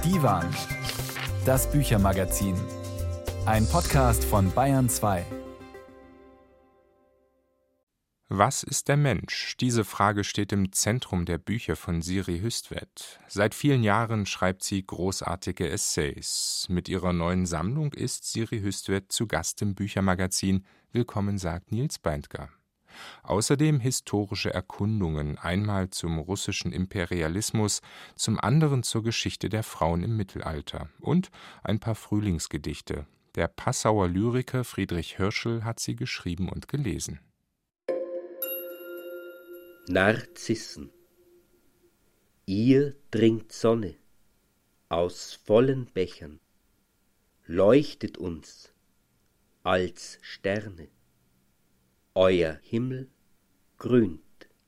Divan, das Büchermagazin. Ein Podcast von Bayern 2. Was ist der Mensch? Diese Frage steht im Zentrum der Bücher von Siri Hüstvedt. Seit vielen Jahren schreibt sie großartige Essays. Mit ihrer neuen Sammlung ist Siri Hüstvedt zu Gast im Büchermagazin. Willkommen, sagt Nils Beindker. Außerdem historische Erkundungen, einmal zum russischen Imperialismus, zum anderen zur Geschichte der Frauen im Mittelalter und ein paar Frühlingsgedichte. Der Passauer Lyriker Friedrich Hirschl hat sie geschrieben und gelesen. Narzissen. Ihr trinkt Sonne aus vollen Bechern, leuchtet uns als Sterne, euer Himmel grünt.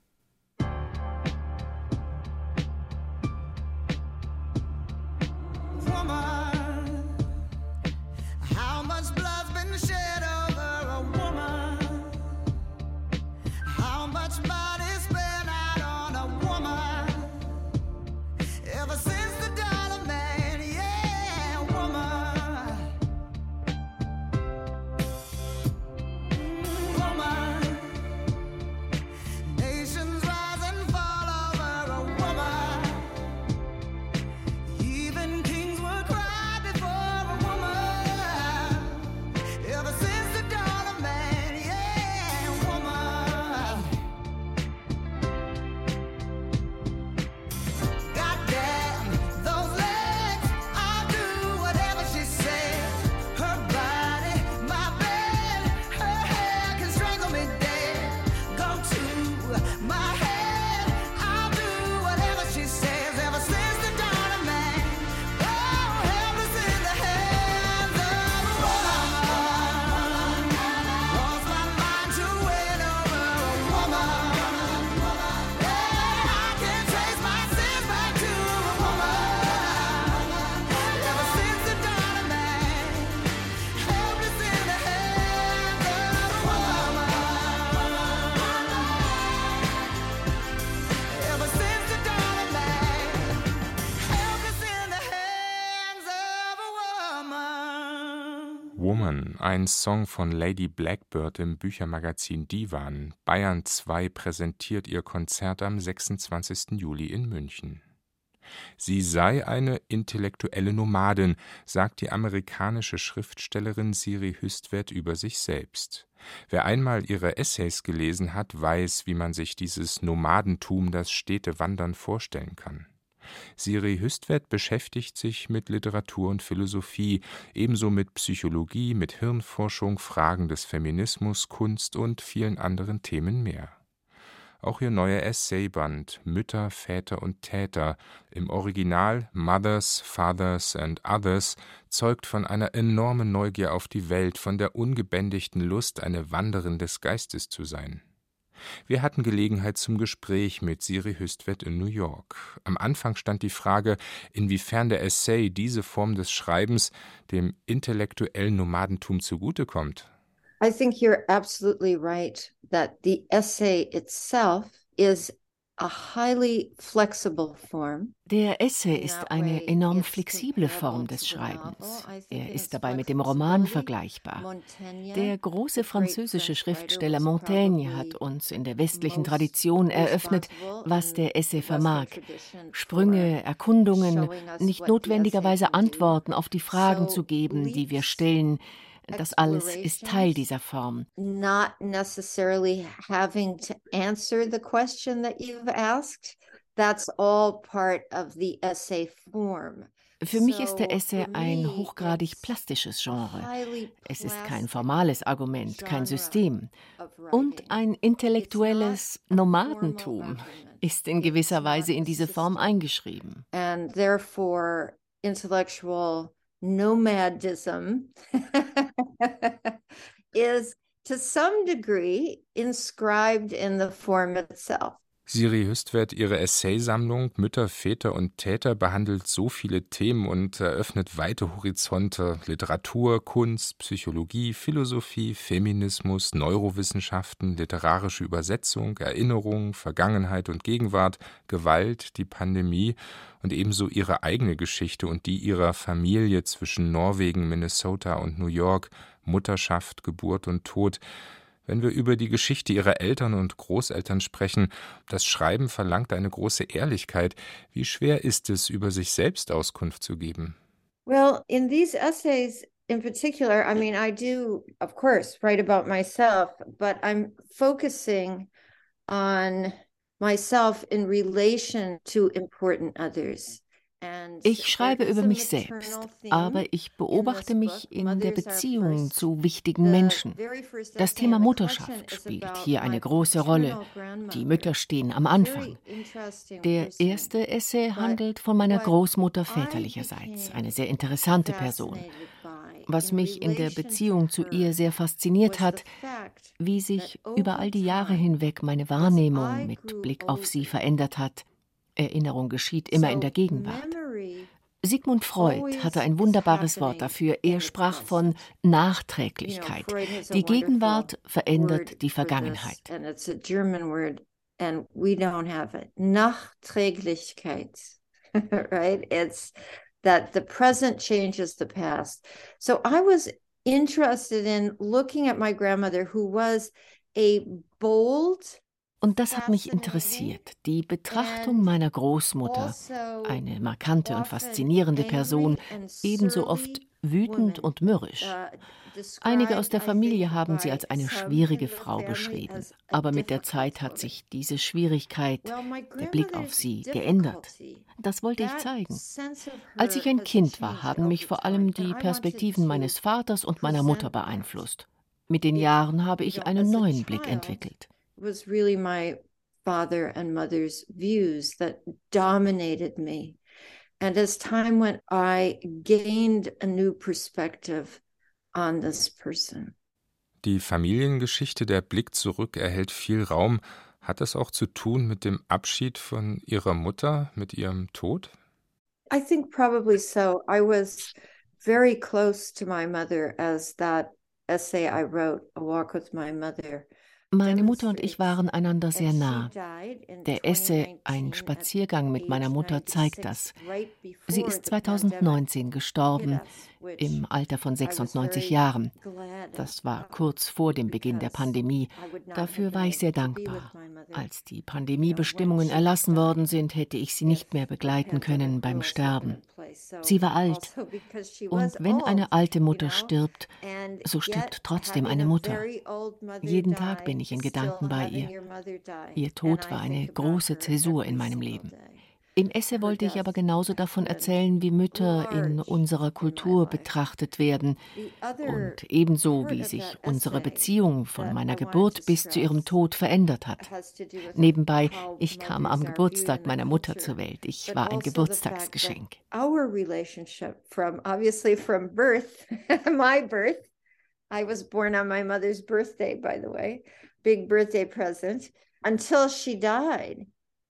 Woman, ein Song von Lady Blackbird im Büchermagazin Divan. Bayern 2 präsentiert ihr Konzert am 26. Juli in München. Sie sei eine intellektuelle Nomadin, sagt die amerikanische Schriftstellerin Siri Hüstvedt über sich selbst. Wer einmal ihre Essays gelesen hat, weiß, wie man sich dieses Nomadentum, das Städtewandern, vorstellen kann. Siri Hüstvedt beschäftigt sich mit Literatur und Philosophie, ebenso mit Psychologie, mit Hirnforschung, Fragen des Feminismus, Kunst und vielen anderen Themen mehr. Auch ihr neuer Essayband Mütter, Väter und Täter, im Original Mothers, Fathers and Others, zeugt von einer enormen Neugier auf die Welt, von der ungebändigten Lust, eine Wanderin des Geistes zu sein. Wir hatten Gelegenheit zum Gespräch mit Siri Hüstvedt in New York. Am Anfang stand die Frage, inwiefern der Essay, diese Form des Schreibens, dem intellektuellen Nomadentum zugutekommt. I think you're absolutely right that the essay itself is a highly flexible form. Der Essay ist eine enorm flexible Form des Schreibens. Er ist dabei mit dem Roman vergleichbar. Der große französische Schriftsteller Montaigne hat uns in der westlichen Tradition eröffnet, was der Essay vermag. Sprünge, Erkundungen, nicht notwendigerweise Antworten auf die Fragen zu geben, die wir stellen. Das alles ist Teil dieser Form. Not necessarily having to answer the question that you've asked. That's all part of the essay form. Für mich ist der Essay ein hochgradig plastisches Genre. Es ist kein formales Argument, kein System. Und ein intellektuelles Nomadentum ist in gewisser Weise in diese Form eingeschrieben. And therefore intellectual nomadism is to some degree inscribed in the form itself. Siri Hüstvedt, ihre Essaysammlung Mütter, Väter und Täter behandelt so viele Themen und eröffnet weite Horizonte: Literatur, Kunst, Psychologie, Philosophie, Feminismus, Neurowissenschaften, literarische Übersetzung, Erinnerung, Vergangenheit und Gegenwart, Gewalt, die Pandemie und ebenso ihre eigene Geschichte und die ihrer Familie zwischen Norwegen, Minnesota und New York, Mutterschaft, Geburt und Tod. Wenn wir über die Geschichte ihrer Eltern und Großeltern sprechen, das Schreiben verlangt eine große Ehrlichkeit. Wie schwer ist es, über sich selbst Auskunft zu geben? Well, in these essays in particular, I mean, I do, of course, write about myself, but I'm focusing on myself in relation to important others. Ich schreibe über mich selbst, aber ich beobachte mich in der Beziehung zu wichtigen Menschen. Das Thema Mutterschaft spielt hier eine große Rolle. Die Mütter stehen am Anfang. Der erste Essay handelt von meiner Großmutter väterlicherseits, eine sehr interessante Person. Was mich in der Beziehung zu ihr sehr fasziniert hat, wie sich über all die Jahre hinweg meine Wahrnehmung mit Blick auf sie verändert hat. Erinnerung geschieht immer in der Gegenwart. Sigmund Freud hatte ein wunderbares Wort dafür. Er sprach von Nachträglichkeit. Die Gegenwart verändert die Vergangenheit. Nachträglichkeit, right? It's that the present changes the past. So I was interested in looking at my grandmother, who was a bold. Und das hat mich interessiert, die Betrachtung meiner Großmutter, eine markante und faszinierende Person, ebenso oft wütend und mürrisch. Einige aus der Familie haben sie als eine schwierige Frau beschrieben, aber mit der Zeit hat sich diese Schwierigkeit, der Blick auf sie, geändert. Das wollte ich zeigen. Als ich ein Kind war, haben mich vor allem die Perspektiven meines Vaters und meiner Mutter beeinflusst. Mit den Jahren habe ich einen neuen Blick entwickelt. Was really my father and mother's views that dominated me. And as time went, I gained a new perspective on this person. Die Familiengeschichte, der Blick zurück, erhält viel Raum. Hat das auch zu tun mit dem Abschied von Ihrer Mutter, mit ihrem Tod? I think probably so. I was very close to my mother as that essay I wrote, A Walk with My Mother. Meine Mutter und ich waren einander sehr nah. Der Essay Ein Spaziergang mit meiner Mutter zeigt das. Sie ist 2019 gestorben, im Alter von 96 Jahren. Das war kurz vor dem Beginn der Pandemie. Dafür war ich sehr dankbar. Als die Pandemiebestimmungen erlassen worden sind, hätte ich sie nicht mehr begleiten können beim Sterben. Sie war alt. Und wenn eine alte Mutter stirbt, so stirbt trotzdem eine Mutter. Jeden Tag bin ich in Gedanken bei ihr. Ihr Tod war eine große Zäsur in meinem Leben. Im Essay wollte ich aber genauso davon erzählen, wie Mütter in unserer Kultur betrachtet werden und ebenso, wie sich unsere Beziehung von meiner Geburt bis zu ihrem Tod verändert hat. Nebenbei, ich kam am Geburtstag meiner Mutter zur Welt. Ich war ein Geburtstagsgeschenk. Our relationship from birth, my birth. I was born on my mother's birthday, by the way. Big birthday present. Until she died,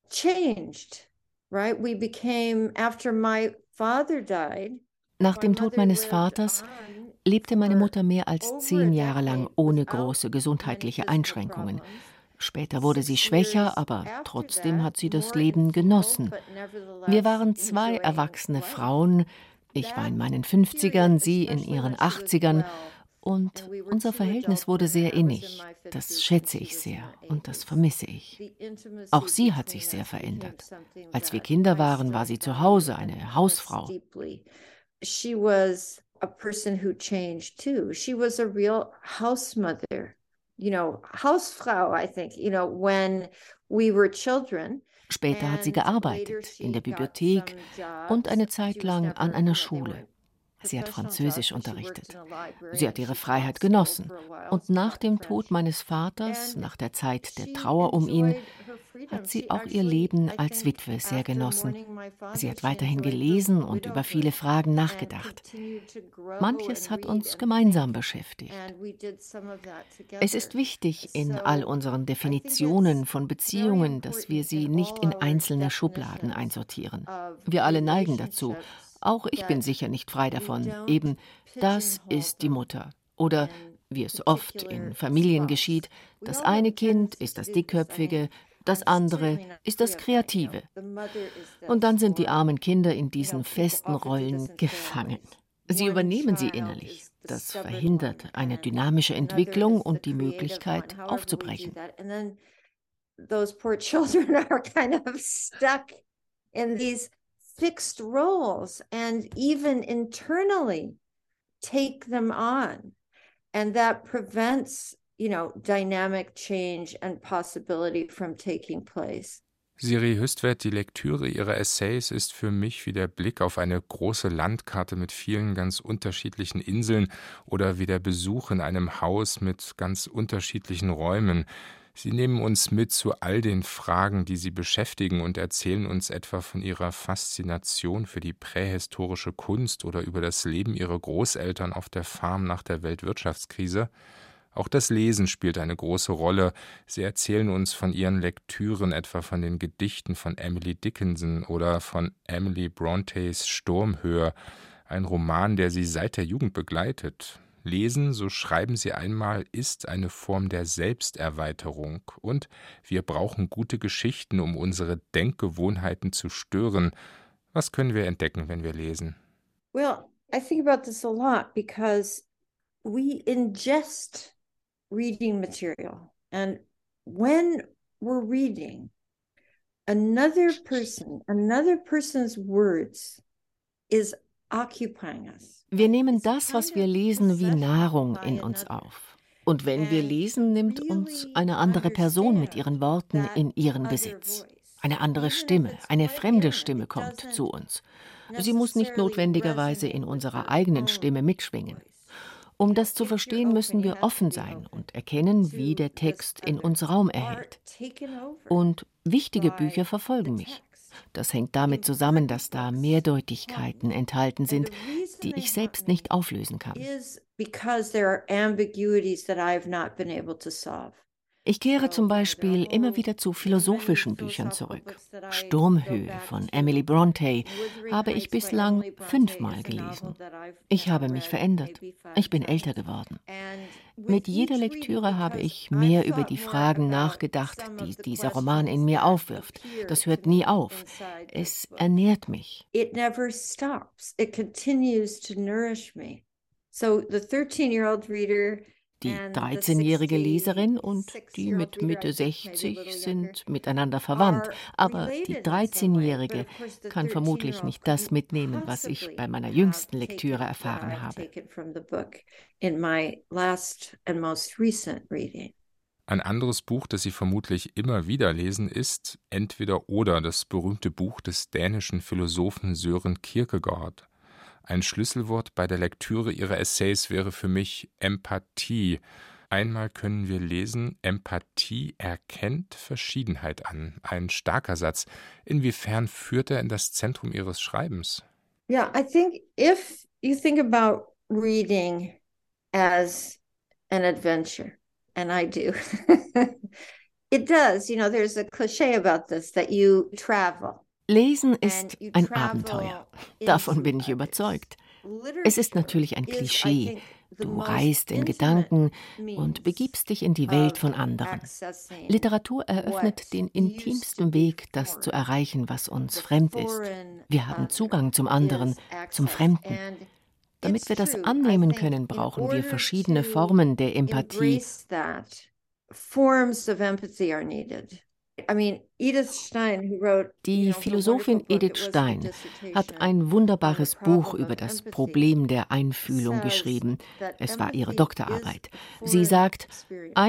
changed. Right? We became, after my father died. Nach dem Tod meines Vaters lebte meine Mutter mehr als 10 Jahre lang ohne große gesundheitliche Einschränkungen. Später wurde sie schwächer, aber trotzdem hat sie das Leben genossen. Wir waren 2 erwachsene Frauen. Ich war in meinen 50ern, sie in ihren 80ern. Und unser Verhältnis wurde sehr innig. Das schätze ich sehr und das vermisse ich. Auch sie hat sich sehr verändert. Als wir Kinder waren, war sie zu Hause, eine Hausfrau. She was a person who changed too. She was a real house mother. You know, Hausfrau, I think, you know, when we were children. Später hat sie gearbeitet in der Bibliothek und eine Zeit lang an einer Schule. Sie hat Französisch unterrichtet. Sie hat ihre Freiheit genossen. Und nach dem Tod meines Vaters, nach der Zeit der Trauer um ihn, hat sie auch ihr Leben als Witwe sehr genossen. Sie hat weiterhin gelesen und über viele Fragen nachgedacht. Manches hat uns gemeinsam beschäftigt. Es ist wichtig in all unseren Definitionen von Beziehungen, dass wir sie nicht in einzelne Schubladen einsortieren. Wir alle neigen dazu. Auch ich bin sicher nicht frei davon. Eben, das ist die Mutter. Oder, wie es oft in Familien geschieht, das eine Kind ist das Dickköpfige, das andere ist das Kreative. Und dann sind die armen Kinder in diesen festen Rollen gefangen. Sie übernehmen sie innerlich. Das verhindert eine dynamische Entwicklung und die Möglichkeit, aufzubrechen. Those poor children are kind of stuck in these fixed roles and even internally take them on. And that prevents, dynamic change and possibility from taking place. Siri Hüstvedt, die Lektüre ihrer Essays ist für mich wie der Blick auf eine große Landkarte mit vielen ganz unterschiedlichen Inseln oder wie der Besuch in einem Haus mit ganz unterschiedlichen Räumen. Sie nehmen uns mit zu all den Fragen, die sie beschäftigen und erzählen uns etwa von ihrer Faszination für die prähistorische Kunst oder über das Leben ihrer Großeltern auf der Farm nach der Weltwirtschaftskrise. Auch das Lesen spielt eine große Rolle. Sie erzählen uns von ihren Lektüren, etwa von den Gedichten von Emily Dickinson oder von Emily Brontes Sturmhöhe, ein Roman, der sie seit der Jugend begleitet. Lesen, so schreiben sie einmal, ist eine Form der Selbsterweiterung und wir brauchen gute Geschichten, um unsere Denkgewohnheiten zu stören. Was können wir entdecken, wenn wir lesen? Well, I think about this a lot because we ingest reading material. And when we're reading, another person's words is occupying us. Wir nehmen das, was wir lesen, wie Nahrung in uns auf. Und wenn wir lesen, nimmt uns eine andere Person mit ihren Worten in ihren Besitz. Eine andere Stimme, eine fremde Stimme kommt zu uns. Sie muss nicht notwendigerweise in unserer eigenen Stimme mitschwingen. Um das zu verstehen, müssen wir offen sein und erkennen, wie der Text in uns Raum erhält. Und wichtige Bücher verfolgen mich. Das hängt damit zusammen, dass da Mehrdeutigkeiten enthalten sind, die ich selbst nicht auflösen kann. Ich kehre zum Beispiel immer wieder zu philosophischen Büchern zurück. Sturmhöhe von Emily Bronte habe ich bislang 5-mal gelesen. Ich habe mich verändert. Ich bin älter geworden. Mit jeder Lektüre habe ich mehr über die Fragen nachgedacht, die dieser Roman in mir aufwirft. Das hört nie auf. Es ernährt mich. It never stops. It continues to nourish me. So the 13-year-old reader. Die 13-jährige Leserin und die mit Mitte 60 sind miteinander verwandt. Aber die 13-jährige kann vermutlich nicht das mitnehmen, was ich bei meiner jüngsten Lektüre erfahren habe. Ein anderes Buch, das Sie vermutlich immer wieder lesen, ist Entweder oder, das berühmte Buch des dänischen Philosophen Søren Kierkegaard. Ein Schlüsselwort bei der Lektüre ihrer Essays wäre für mich Empathie. Einmal können wir lesen, Empathie erkennt Verschiedenheit an. Ein starker Satz. Inwiefern führt er in das Zentrum Ihres Schreibens? Yeah, I think if you think about reading as an adventure, and I do, it does, there's a cliché about this, that you travel. Lesen ist ein Abenteuer. Davon bin ich überzeugt. Es ist natürlich ein Klischee. Du reist in Gedanken und begibst dich in die Welt von anderen. Literatur eröffnet den intimsten Weg, das zu erreichen, was uns fremd ist. Wir haben Zugang zum anderen, zum Fremden. Damit wir das annehmen können, brauchen wir verschiedene Formen der Empathie. Die Philosophin Edith Stein hat ein wunderbares Buch über das Problem der Einfühlung geschrieben. Es war ihre Doktorarbeit. Sie sagt,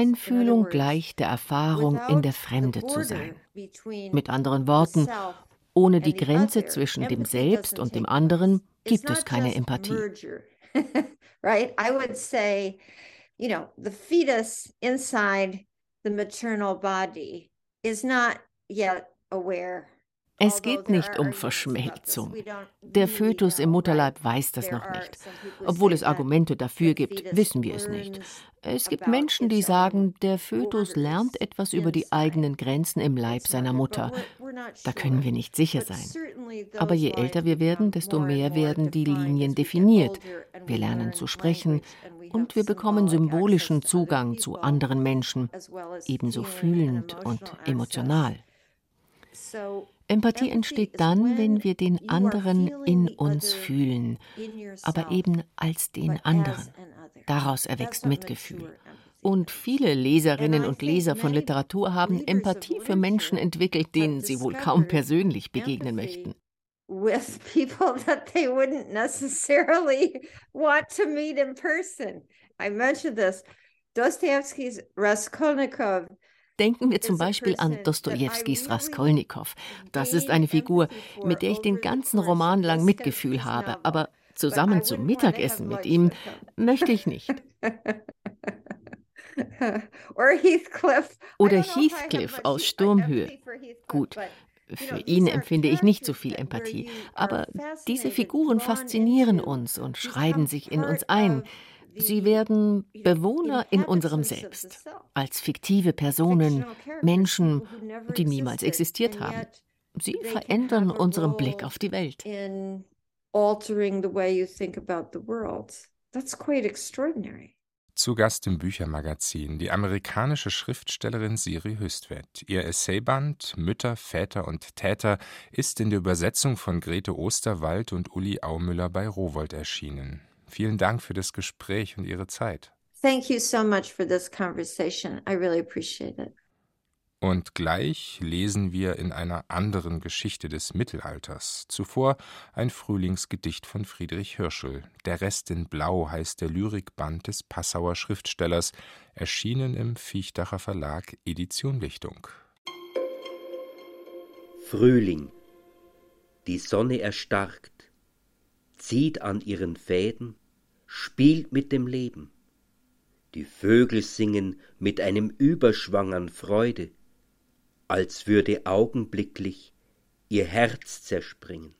Einfühlung gleicht der Erfahrung, in der Fremde zu sein. Mit anderen Worten, Ohne die Grenze zwischen dem Selbst und dem anderen gibt es keine Empathie. Right? I would say, the fetus inside the maternal body is not yet aware. Es geht nicht um Verschmelzung. Der Fötus im Mutterleib weiß das noch nicht. Obwohl es Argumente dafür gibt, wissen wir es nicht. Es gibt Menschen, die sagen, der Fötus lernt etwas über die eigenen Grenzen im Leib seiner Mutter. Da können wir nicht sicher sein. Aber je älter wir werden, desto mehr werden die Linien definiert. Wir lernen zu sprechen und wir bekommen symbolischen Zugang zu anderen Menschen, ebenso fühlend und emotional. Empathie entsteht dann, wenn wir den anderen in uns fühlen, aber eben als den anderen. Daraus erwächst Mitgefühl. Und viele Leserinnen und Leser von Literatur haben Empathie für Menschen entwickelt, denen sie wohl kaum persönlich begegnen möchten. With people that they wouldn't necessarily want to meet in person. I mentioned this. Dostoevskys Raskolnikow. Denken wir zum Beispiel an Dostojewskis Raskolnikow. Das ist eine Figur, mit der ich den ganzen Roman lang Mitgefühl habe, aber zusammen zum Mittagessen mit ihm möchte ich nicht. Oder Heathcliff aus Sturmhöhe. Gut, für ihn empfinde ich nicht so viel Empathie, aber diese Figuren faszinieren uns und schreiben sich in uns ein. Sie werden Bewohner in unserem Selbst, als fiktive Personen, Menschen, die niemals existiert haben. Sie verändern unseren Blick auf die Welt. Zu Gast im Büchermagazin die amerikanische Schriftstellerin Siri Hüstvedt. Ihr Essayband »Mütter, Väter und Täter« ist in der Übersetzung von Grete Osterwald und Uli Aumüller bei Rowohlt erschienen. Vielen Dank für das Gespräch und Ihre Zeit. Thank you so much for this conversation. I really appreciate it. Und gleich lesen wir in einer anderen Geschichte des Mittelalters. Zuvor ein Frühlingsgedicht von Friedrich Hirschel. Der Rest in Blau heißt der Lyrikband des Passauer Schriftstellers, erschienen im Viechtacher Verlag, Edition Lichtung. Frühling. Die Sonne erstarkt, zieht an ihren Fäden, spielt mit dem Leben. Die Vögel singen mit einem Überschwang an Freude, als würde augenblicklich ihr Herz zerspringen.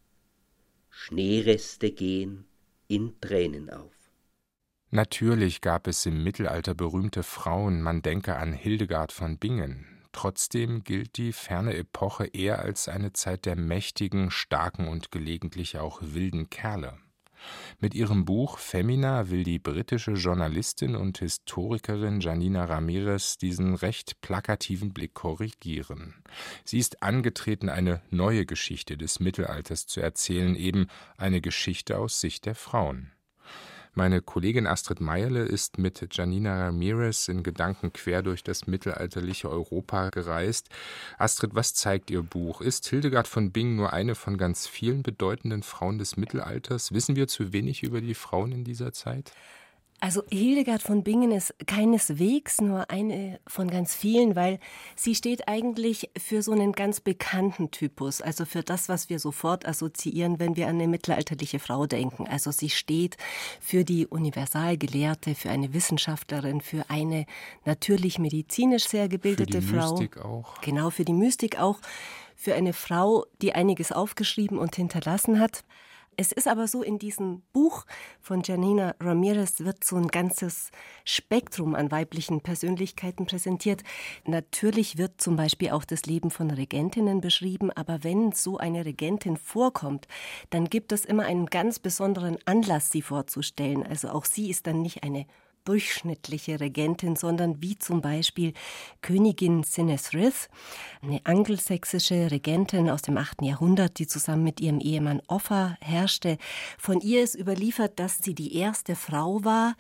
Schneereste gehen in Tränen auf. Natürlich gab es im Mittelalter berühmte Frauen, man denke an Hildegard von Bingen. Trotzdem gilt die ferne Epoche eher als eine Zeit der mächtigen, starken und gelegentlich auch wilden Kerle. Mit ihrem Buch »Femina« will die britische Journalistin und Historikerin Janina Ramirez diesen recht plakativen Blick korrigieren. Sie ist angetreten, eine neue Geschichte des Mittelalters zu erzählen, eben eine Geschichte aus Sicht der Frauen. Meine Kollegin Astrid Meierle ist mit Janina Ramirez in Gedanken quer durch das mittelalterliche Europa gereist. Astrid, was zeigt Ihr Buch? Ist Hildegard von Bingen nur eine von ganz vielen bedeutenden Frauen des Mittelalters? Wissen wir zu wenig über die Frauen in dieser Zeit? Also Hildegard von Bingen ist keineswegs nur eine von ganz vielen, weil sie steht eigentlich für so einen ganz bekannten Typus, also für das, was wir sofort assoziieren, wenn wir an eine mittelalterliche Frau denken. Also sie steht für die Universalgelehrte, für eine Wissenschaftlerin, für eine natürlich medizinisch sehr gebildete Frau. Für die Mystik auch. Genau, für die Mystik auch. Für eine Frau, die einiges aufgeschrieben und hinterlassen hat. Es ist aber so, in diesem Buch von Janina Ramirez wird so ein ganzes Spektrum an weiblichen Persönlichkeiten präsentiert. Natürlich wird zum Beispiel auch das Leben von Regentinnen beschrieben, aber wenn so eine Regentin vorkommt, dann gibt es immer einen ganz besonderen Anlass, sie vorzustellen. Also auch sie ist dann nicht eine durchschnittliche Regentin, sondern wie zum Beispiel Königin Sinesrith, eine angelsächsische Regentin aus dem 8. Jahrhundert, die zusammen mit ihrem Ehemann Offa herrschte. Von ihr ist überliefert, dass sie die erste Frau war,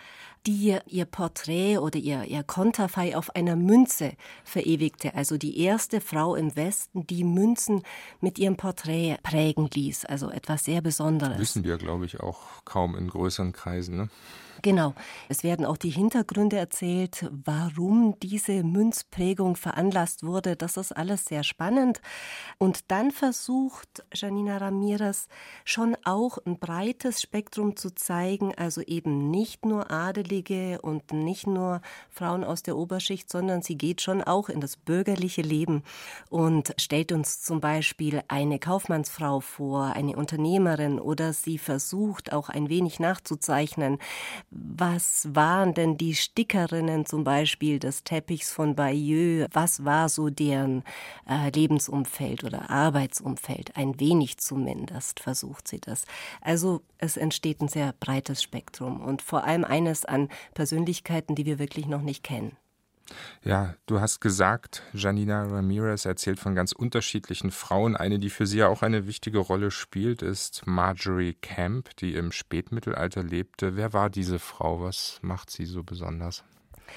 die ihr Porträt oder ihr Konterfei auf einer Münze verewigte. Also die erste Frau im Westen, die Münzen mit ihrem Porträt prägen ließ. Also etwas sehr Besonderes. Wissen wir, glaube ich, auch kaum in größeren Kreisen, ne? Genau. Es werden auch die Hintergründe erzählt, warum diese Münzprägung veranlasst wurde. Das ist alles sehr spannend. Und dann versucht Janina Ramirez schon auch ein breites Spektrum zu zeigen, also eben nicht nur Adelige und nicht nur Frauen aus der Oberschicht, sondern sie geht schon auch in das bürgerliche Leben und stellt uns zum Beispiel eine Kaufmannsfrau vor, eine Unternehmerin, oder sie versucht auch ein wenig nachzuzeichnen, was waren denn die Stickerinnen zum Beispiel des Teppichs von Bayeux? Was war so deren Lebensumfeld oder Arbeitsumfeld? Ein wenig zumindest versucht sie das. Also es entsteht ein sehr breites Spektrum und vor allem eines an Persönlichkeiten, die wir wirklich noch nicht kennen. Ja, du hast gesagt, Janina Ramirez erzählt von ganz unterschiedlichen Frauen. Eine, die für sie ja auch eine wichtige Rolle spielt, ist Marjorie Kemp, die im Spätmittelalter lebte. Wer war diese Frau? Was macht sie so besonders?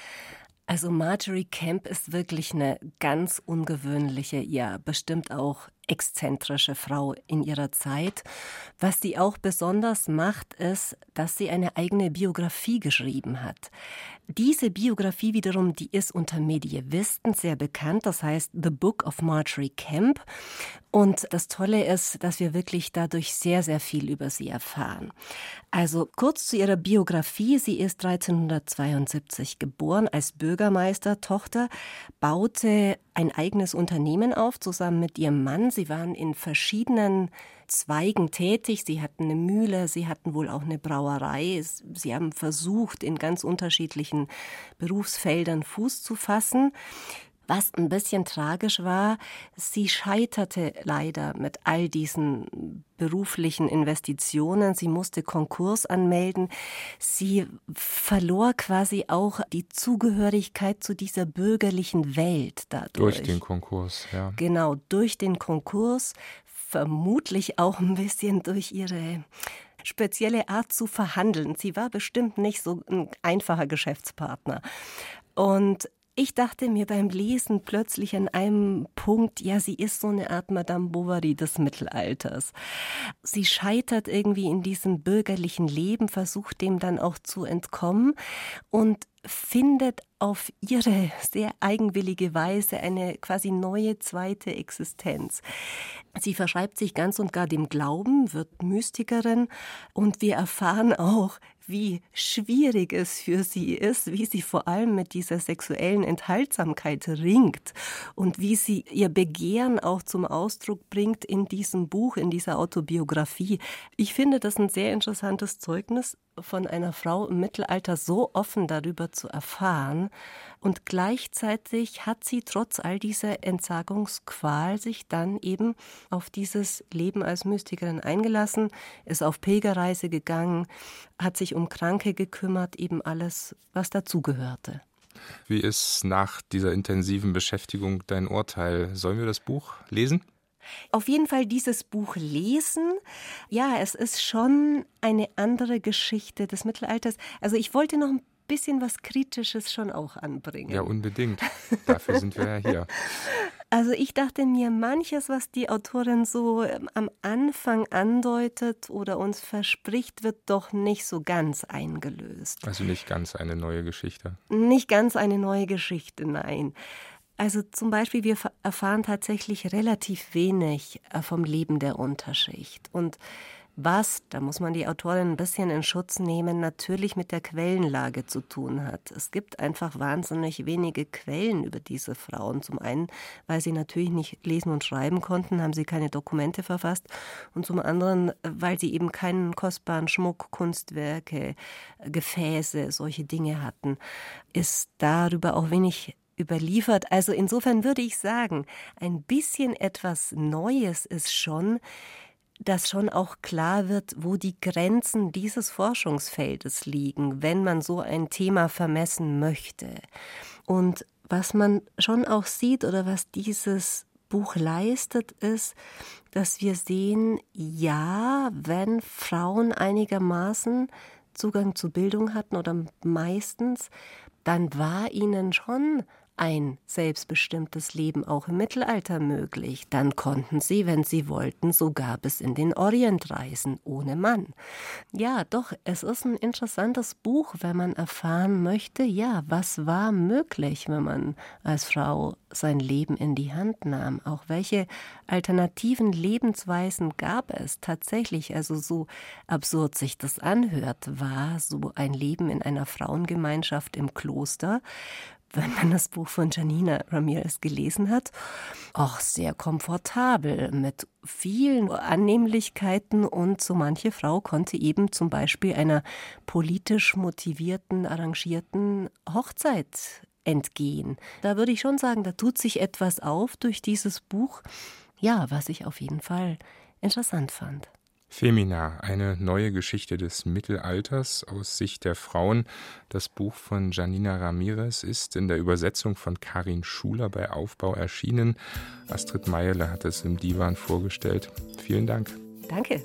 Also Marjorie Kemp ist wirklich eine ganz ungewöhnliche, ja bestimmt auch exzentrische Frau in ihrer Zeit. Was sie auch besonders macht, ist, dass sie eine eigene Biografie geschrieben hat. Diese Biografie wiederum, die ist unter Medievisten sehr bekannt, das heißt The Book of Marjorie Kemp. Und das Tolle ist, dass wir wirklich dadurch sehr, sehr viel über sie erfahren. Also kurz zu ihrer Biografie. Sie ist 1372 geboren als Bürgermeistertochter, baute ein eigenes Unternehmen auf, zusammen mit ihrem Mann. Sie waren in verschiedenen Zweigen tätig. Sie hatten eine Mühle, sie hatten wohl auch eine Brauerei. Sie haben versucht, in ganz unterschiedlichen Berufsfeldern Fuß zu fassen. Was ein bisschen tragisch war, sie scheiterte leider mit all diesen beruflichen Investitionen. Sie musste Konkurs anmelden. Sie verlor quasi auch die Zugehörigkeit zu dieser bürgerlichen Welt dadurch. Durch den Konkurs, ja. Genau, durch den Konkurs, vermutlich auch ein bisschen durch ihre spezielle Art zu verhandeln. Sie war bestimmt nicht so ein einfacher Geschäftspartner. Und ich dachte mir beim Lesen plötzlich an einem Punkt, ja, sie ist so eine Art Madame Bovary des Mittelalters. Sie scheitert irgendwie in diesem bürgerlichen Leben, versucht dem dann auch zu entkommen und findet auf ihre sehr eigenwillige Weise eine quasi neue zweite Existenz. Sie verschreibt sich ganz und gar dem Glauben, wird Mystikerin und wir erfahren auch, wie schwierig es für sie ist, wie sie vor allem mit dieser sexuellen Enthaltsamkeit ringt und wie sie ihr Begehren auch zum Ausdruck bringt in diesem Buch, in dieser Autobiografie. Ich finde das ein sehr interessantes Zeugnis von einer Frau im Mittelalter, so offen darüber zu erfahren. Und gleichzeitig hat sie trotz all dieser Entsagungsqual sich dann eben auf dieses Leben als Mystikerin eingelassen, ist auf Pilgerreise gegangen, hat sich um Kranke gekümmert, eben alles, was dazugehörte. Wie ist nach dieser intensiven Beschäftigung dein Urteil? Sollen wir das Buch lesen? Auf jeden Fall dieses Buch lesen. Ja, es ist schon eine andere Geschichte des Mittelalters. Also ich wollte noch ein bisschen was Kritisches schon auch anbringen. Ja, unbedingt. Dafür sind wir ja hier. Also ich dachte mir, manches, was die Autorin so am Anfang andeutet oder uns verspricht, wird doch nicht so ganz eingelöst. Also nicht ganz eine neue Geschichte. Nicht ganz eine neue Geschichte, nein. Also zum Beispiel, wir erfahren tatsächlich relativ wenig vom Leben der Unterschicht. Und was, da muss man die Autorin ein bisschen in Schutz nehmen, natürlich mit der Quellenlage zu tun hat. Es gibt einfach wahnsinnig wenige Quellen über diese Frauen. Zum einen, weil sie natürlich nicht lesen und schreiben konnten, haben sie keine Dokumente verfasst. Und zum anderen, weil sie eben keinen kostbaren Schmuck, Kunstwerke, Gefäße, solche Dinge hatten, ist darüber auch wenig überliefert. Also insofern würde ich sagen, ein bisschen etwas Neues ist schon, dass schon auch klar wird, wo die Grenzen dieses Forschungsfeldes liegen, wenn man so ein Thema vermessen möchte. Und was man schon auch sieht oder was dieses Buch leistet, ist, dass wir sehen, ja, wenn Frauen einigermaßen Zugang zu Bildung hatten oder meistens, dann war ihnen schon ein selbstbestimmtes Leben auch im Mittelalter möglich. Dann konnten sie, wenn sie wollten, sogar bis in den Orient reisen, ohne Mann. Ja, doch, es ist ein interessantes Buch, wenn man erfahren möchte, ja, was war möglich, wenn man als Frau sein Leben in die Hand nahm. Auch welche alternativen Lebensweisen gab es tatsächlich. Also so absurd sich das anhört, war so ein Leben in einer Frauengemeinschaft im Kloster, wenn man das Buch von Janina Ramirez gelesen hat, auch sehr komfortabel mit vielen Annehmlichkeiten, und so manche Frau konnte eben zum Beispiel einer politisch motivierten, arrangierten Hochzeit entgehen. Da würde ich schon sagen, da tut sich etwas auf durch dieses Buch, ja, was ich auf jeden Fall interessant fand. Femina, eine neue Geschichte des Mittelalters aus Sicht der Frauen. Das Buch von Janina Ramirez ist in der Übersetzung von Karin Schuler bei Aufbau erschienen. Astrid Meierle hat es im Divan vorgestellt. Vielen Dank. Danke.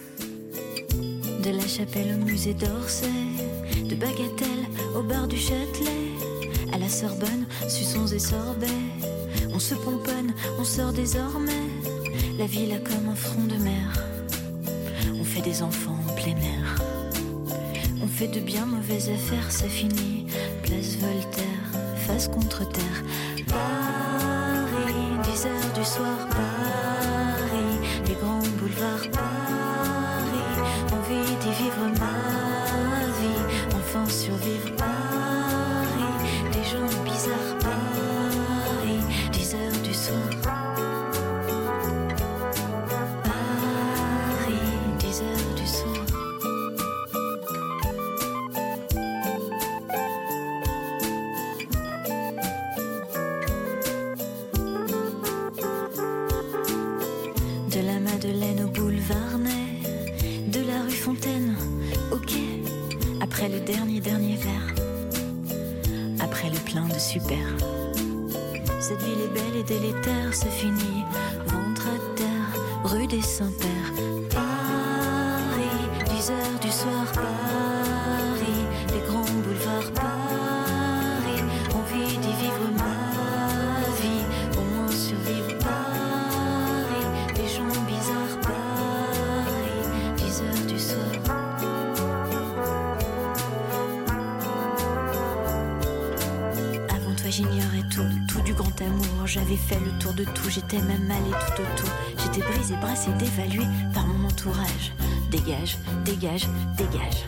De la Chapelle au musée d'Orsay, de Bagatelle au bar du Châtelet, à la Sorbonne, Suçons et Sorbet, on se pomponne, on sort désormais, la ville a comme un front de mer. On fait des enfants en plein air. On fait de bien mauvaises affaires, ça finit. Place Voltaire, face contre terre. Paris, 10 heures du soir, Paris. Les grands boulevards, Paris. Envie d'y vivre ma vie. Enfin survivre, Paris. Des gens bizarres, Paris. 10 heures du soir. De la Madeleine au boulevard Ney, de la rue Fontaine au quai, après le dernier verre, après le plein de super. Cette ville est belle et délétère, c'est fini, ventre à terre, rue des Saints-Pères. Paris, 10 heures du soir, Paris, les grands boulevards, Paris, envie d'y vivre ma vie, au moins survivre Paris, les gens bizarres, Paris, 10 heures du soir. Avant toi j'ignorais tout du grand amour, j'avais fait le tour de tout, j'étais même allée tout autour, j'étais brisée, brassée, dévaluée par mon entourage. Dégage, dégage, dégage.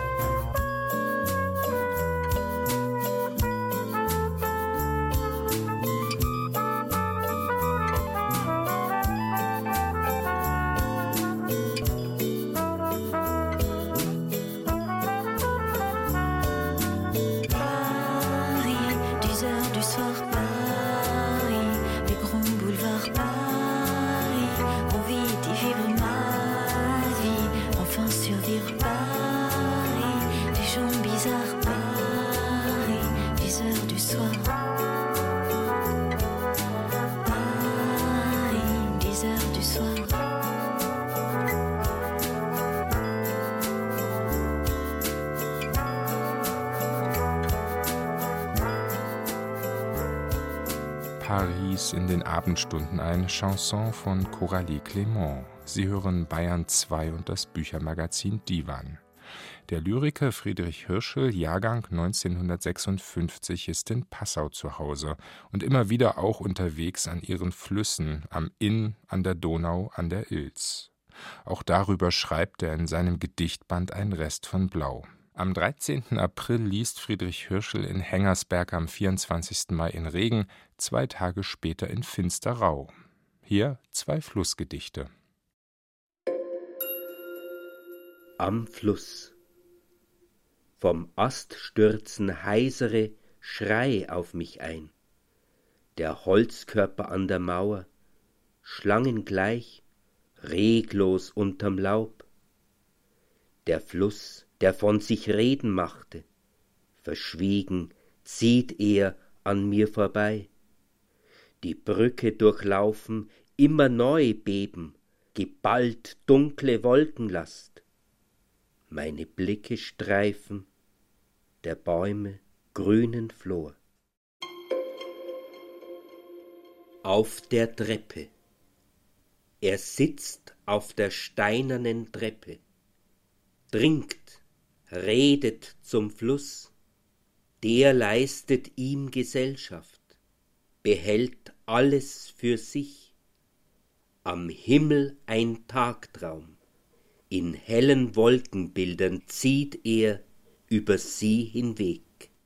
Paris in den Abendstunden, eine Chanson von Coralie Clément. Sie hören Bayern 2 und das Büchermagazin Divan. Der Lyriker Friedrich Hirschl, Jahrgang 1956, ist in Passau zu Hause und immer wieder auch unterwegs an ihren Flüssen, am Inn, an der Donau, an der Ilz. Auch darüber schreibt er in seinem Gedichtband Ein Rest von Blau. Am 13. April liest Friedrich Hirschl in Hengersberg, am 24. Mai in Regen, 2 Tage später in Finsterau. Hier 2 Flussgedichte. Am Fluss. Vom Ast stürzen heisere Schrei auf mich ein. Der Holzkörper an der Mauer, schlangengleich, reglos unterm Laub. Der Fluss, der von sich reden machte, verschwiegen zieht er an mir vorbei. Die Brücke durchlaufen, immer neu beben, geballt dunkle Wolkenlast. meine Blicke streifen der Bäume grünen Flor. Auf der Treppe. Er sitzt auf der steinernen Treppe, trinkt, redet zum Fluss, der leistet ihm Gesellschaft, behält alles für sich. Am Himmel ein Tagtraum, in hellen Wolkenbildern zieht er über sie hinweg.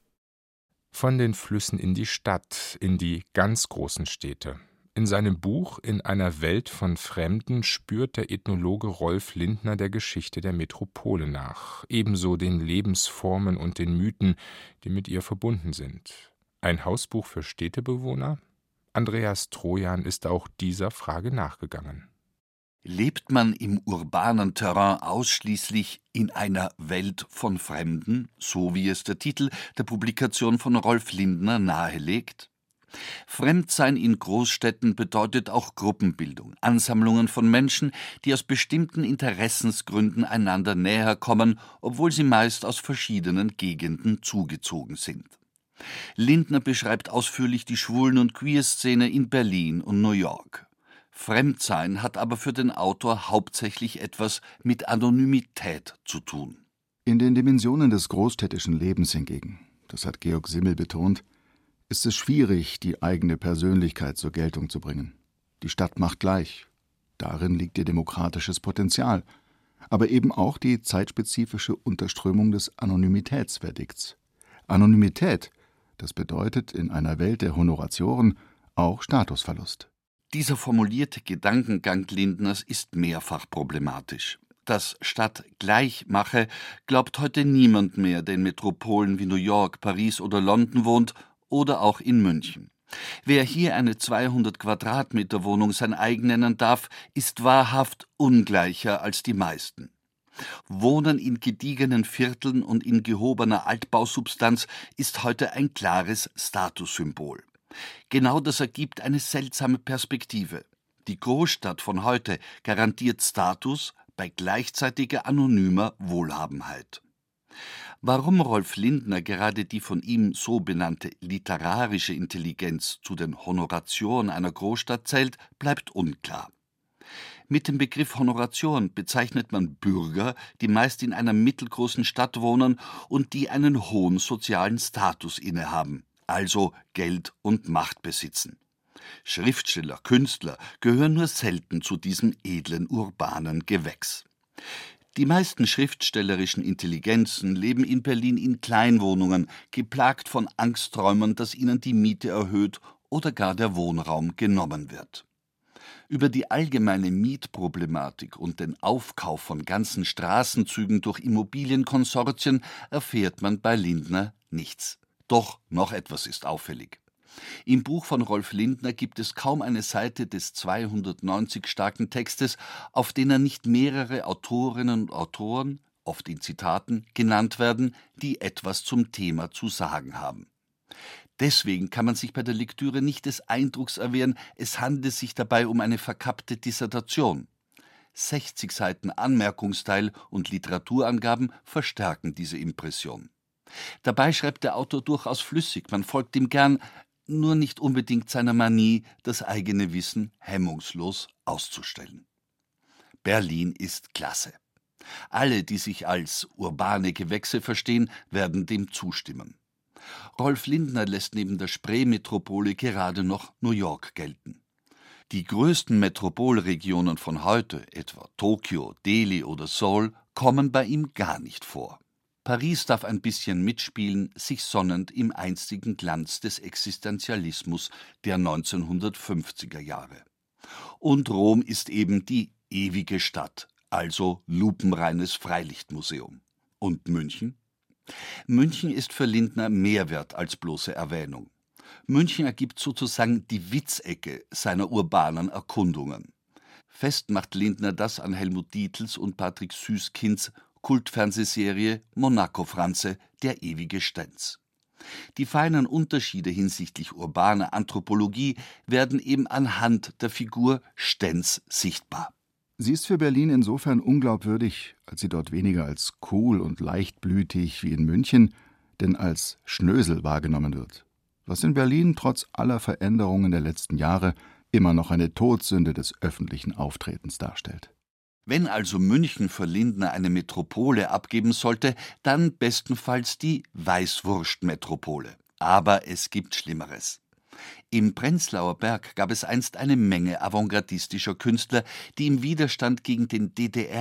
Von den Flüssen in die Stadt, in die ganz großen Städte. In seinem Buch »In einer Welt von Fremden« spürt der Ethnologe Rolf Lindner der Geschichte der Metropole nach, ebenso den Lebensformen und den Mythen, die mit ihr verbunden sind. Ein Hausbuch für Städtebewohner? Andreas Trojan ist auch dieser Frage nachgegangen. Lebt man im urbanen Terrain ausschließlich in einer Welt von Fremden, so wie es der Titel der Publikation von Rolf Lindner nahelegt? Fremdsein in Großstädten bedeutet auch Gruppenbildung, Ansammlungen von Menschen, die aus bestimmten Interessensgründen einander näher kommen, obwohl sie meist aus verschiedenen Gegenden zugezogen sind. Lindner beschreibt ausführlich die Schwulen- und Queer-Szene in Berlin und New York. Fremdsein hat aber für den Autor hauptsächlich etwas mit Anonymität zu tun. In den Dimensionen des großstädtischen Lebens hingegen, das hat Georg Simmel betont, ist es schwierig, die eigene Persönlichkeit zur Geltung zu bringen. Die Stadt macht gleich. Darin liegt ihr demokratisches Potenzial, aber eben auch die zeitspezifische Unterströmung des Anonymitätsverdikts. Anonymität, das bedeutet in einer Welt der Honoratioren auch Statusverlust. Dieser formulierte Gedankengang Lindners ist mehrfach problematisch. Dass Stadt gleich mache, glaubt heute niemand mehr, der in Metropolen wie New York, Paris oder London wohnt oder auch in München. Wer hier eine 200 Quadratmeter Wohnung sein eigen nennen darf, ist wahrhaft ungleicher als die meisten. Wohnen in gediegenen Vierteln und in gehobener Altbausubstanz ist heute ein klares Statussymbol. Genau das ergibt eine seltsame Perspektive. Die Großstadt von heute garantiert Status bei gleichzeitiger anonymer Wohlhabenheit. Warum Rolf Lindner gerade die von ihm so benannte literarische Intelligenz zu den Honoratioren einer Großstadt zählt, bleibt unklar. Mit dem Begriff Honoration bezeichnet man Bürger, die meist in einer mittelgroßen Stadt wohnen und die einen hohen sozialen Status innehaben, also Geld und Macht besitzen. Schriftsteller, Künstler gehören nur selten zu diesem edlen urbanen Gewächs. Die meisten schriftstellerischen Intelligenzen leben in Berlin in Kleinwohnungen, geplagt von Angstträumen, dass ihnen die Miete erhöht oder gar der Wohnraum genommen wird. Über die allgemeine Mietproblematik und den Aufkauf von ganzen Straßenzügen durch Immobilienkonsortien erfährt man bei Lindner nichts. Doch noch etwas ist auffällig. Im Buch von Rolf Lindner gibt es kaum eine Seite des 290 starken Textes, auf den er nicht mehrere Autorinnen und Autoren, oft in Zitaten, genannt werden, die etwas zum Thema zu sagen haben. Deswegen kann man sich bei der Lektüre nicht des Eindrucks erwehren, es handele sich dabei um eine verkappte Dissertation. 60 Seiten Anmerkungsteil und Literaturangaben verstärken diese Impression. Dabei schreibt der Autor durchaus flüssig, man folgt ihm gern, nur nicht unbedingt seiner Manie, das eigene Wissen hemmungslos auszustellen. Berlin ist klasse. Alle, die sich als urbane Gewächse verstehen, werden dem zustimmen. Rolf Lindner lässt neben der Spree-Metropole gerade noch New York gelten. Die größten Metropolregionen von heute, etwa Tokio, Delhi oder Seoul, kommen bei ihm gar nicht vor. Paris darf ein bisschen mitspielen, sich sonnend im einstigen Glanz des Existenzialismus der 1950er Jahre. Und Rom ist eben die ewige Stadt, also lupenreines Freilichtmuseum. Und München? München ist für Lindner mehr wert als bloße Erwähnung. München ergibt sozusagen die Witzecke seiner urbanen Erkundungen. Fest macht Lindner das an Helmut Dietls und Patrick Süßkinds Kultfernsehserie Monaco Franze, der ewige Stenz. Die feinen Unterschiede hinsichtlich urbaner Anthropologie werden eben anhand der Figur Stenz sichtbar. Sie ist für Berlin insofern unglaubwürdig, als sie dort weniger als cool und leichtblütig wie in München, denn als Schnösel wahrgenommen wird, was in Berlin trotz aller Veränderungen der letzten Jahre immer noch eine Todsünde des öffentlichen Auftretens darstellt. Wenn also München für Lindner eine Metropole abgeben sollte, dann bestenfalls die Weißwurstmetropole. Aber es gibt Schlimmeres. Im Prenzlauer Berg gab es einst eine Menge avantgardistischer Künstler, die im Widerstand gegen den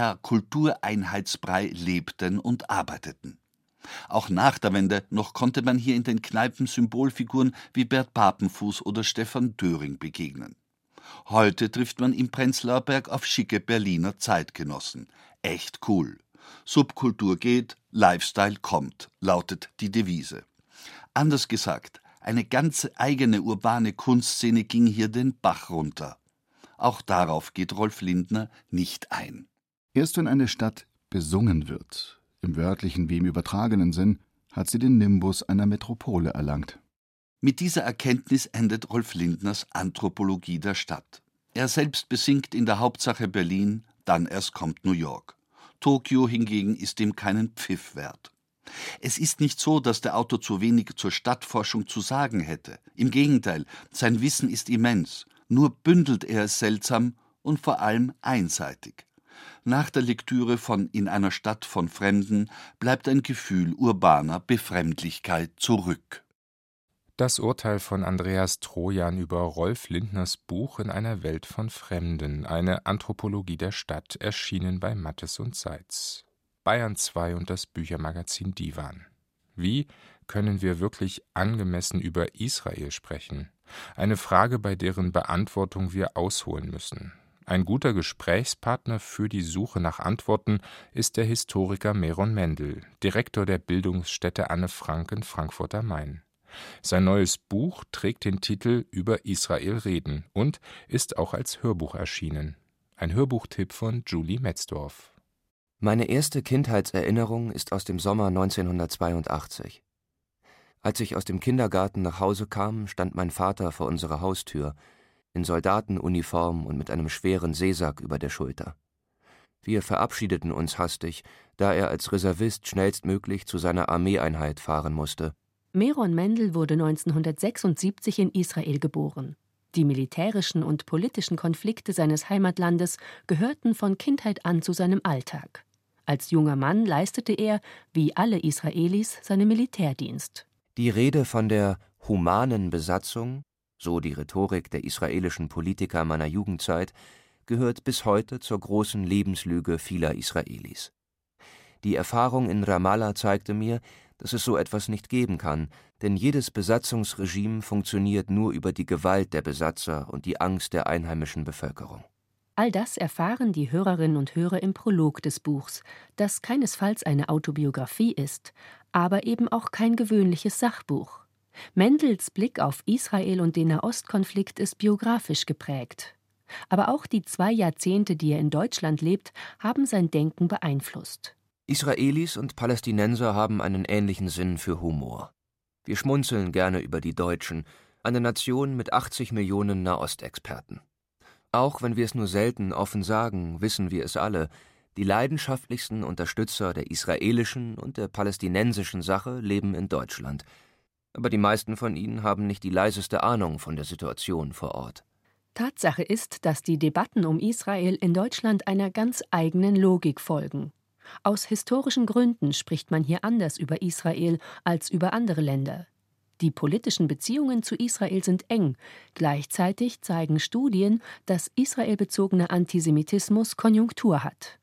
DDR-Kultureinheitsbrei lebten und arbeiteten. Auch nach der Wende noch konnte man hier in den Kneipen Symbolfiguren wie Bert Papenfuß oder Stefan Döring begegnen. Heute trifft man im Prenzlauer Berg auf schicke Berliner Zeitgenossen. Echt cool. Subkultur geht, Lifestyle kommt, lautet die Devise. Anders gesagt, eine ganze eigene urbane Kunstszene ging hier den Bach runter. Auch darauf geht Rolf Lindner nicht ein. Erst wenn eine Stadt besungen wird, im wörtlichen wie im übertragenen Sinn, hat sie den Nimbus einer Metropole erlangt. Mit dieser Erkenntnis endet Rolf Lindners Anthropologie der Stadt. Er selbst besingt in der Hauptsache Berlin, dann erst kommt New York. Tokio hingegen ist ihm keinen Pfiff wert. Es ist nicht so, dass der Autor zu wenig zur Stadtforschung zu sagen hätte. Im Gegenteil, sein Wissen ist immens. Nur bündelt er es seltsam und vor allem einseitig. Nach der Lektüre von In einer Stadt von Fremden bleibt ein Gefühl urbaner Befremdlichkeit zurück. Das Urteil von Andreas Trojan über Rolf Lindners Buch In einer Welt von Fremden, eine Anthropologie der Stadt, erschienen bei Mattes und Seitz. Bayern 2 und das Büchermagazin Divan. Wie können wir wirklich angemessen über Israel sprechen? Eine Frage, bei deren Beantwortung wir ausholen müssen. Ein guter Gesprächspartner für die Suche nach Antworten ist der Historiker Meron Mendel, Direktor der Bildungsstätte Anne Frank in Frankfurt am Main. Sein neues Buch trägt den Titel »Über Israel reden« und ist auch als Hörbuch erschienen. Ein Hörbuchtipp von Julie Metzdorf. Meine erste Kindheitserinnerung ist aus dem Sommer 1982. Als ich aus dem Kindergarten nach Hause kam, stand mein Vater vor unserer Haustür, in Soldatenuniform und mit einem schweren Seesack über der Schulter. Wir verabschiedeten uns hastig, da er als Reservist schnellstmöglich zu seiner Armeeeinheit fahren musste. Meron Mendel wurde 1976 in Israel geboren. Die militärischen und politischen Konflikte seines Heimatlandes gehörten von Kindheit an zu seinem Alltag. Als junger Mann leistete er, wie alle Israelis, seinen Militärdienst. Die Rede von der humanen Besatzung, so die Rhetorik der israelischen Politiker meiner Jugendzeit, gehört bis heute zur großen Lebenslüge vieler Israelis. Die Erfahrung in Ramallah zeigte mir, dass es so etwas nicht geben kann, denn jedes Besatzungsregime funktioniert nur über die Gewalt der Besatzer und die Angst der einheimischen Bevölkerung. All das erfahren die Hörerinnen und Hörer im Prolog des Buchs, das keinesfalls eine Autobiografie ist, aber eben auch kein gewöhnliches Sachbuch. Mendels Blick auf Israel und den Nahostkonflikt ist biografisch geprägt. Aber auch die 2 Jahrzehnte, die er in Deutschland lebt, haben sein Denken beeinflusst. Israelis und Palästinenser haben einen ähnlichen Sinn für Humor. Wir schmunzeln gerne über die Deutschen, eine Nation mit 80 Millionen Nahostexperten. Auch wenn wir es nur selten offen sagen, wissen wir es alle, die leidenschaftlichsten Unterstützer der israelischen und der palästinensischen Sache leben in Deutschland. Aber die meisten von ihnen haben nicht die leiseste Ahnung von der Situation vor Ort. Tatsache ist, dass die Debatten um Israel in Deutschland einer ganz eigenen Logik folgen. Aus historischen Gründen spricht man hier anders über Israel als über andere Länder. Die politischen Beziehungen zu Israel sind eng. Gleichzeitig zeigen Studien, dass israelbezogener Antisemitismus Konjunktur hat.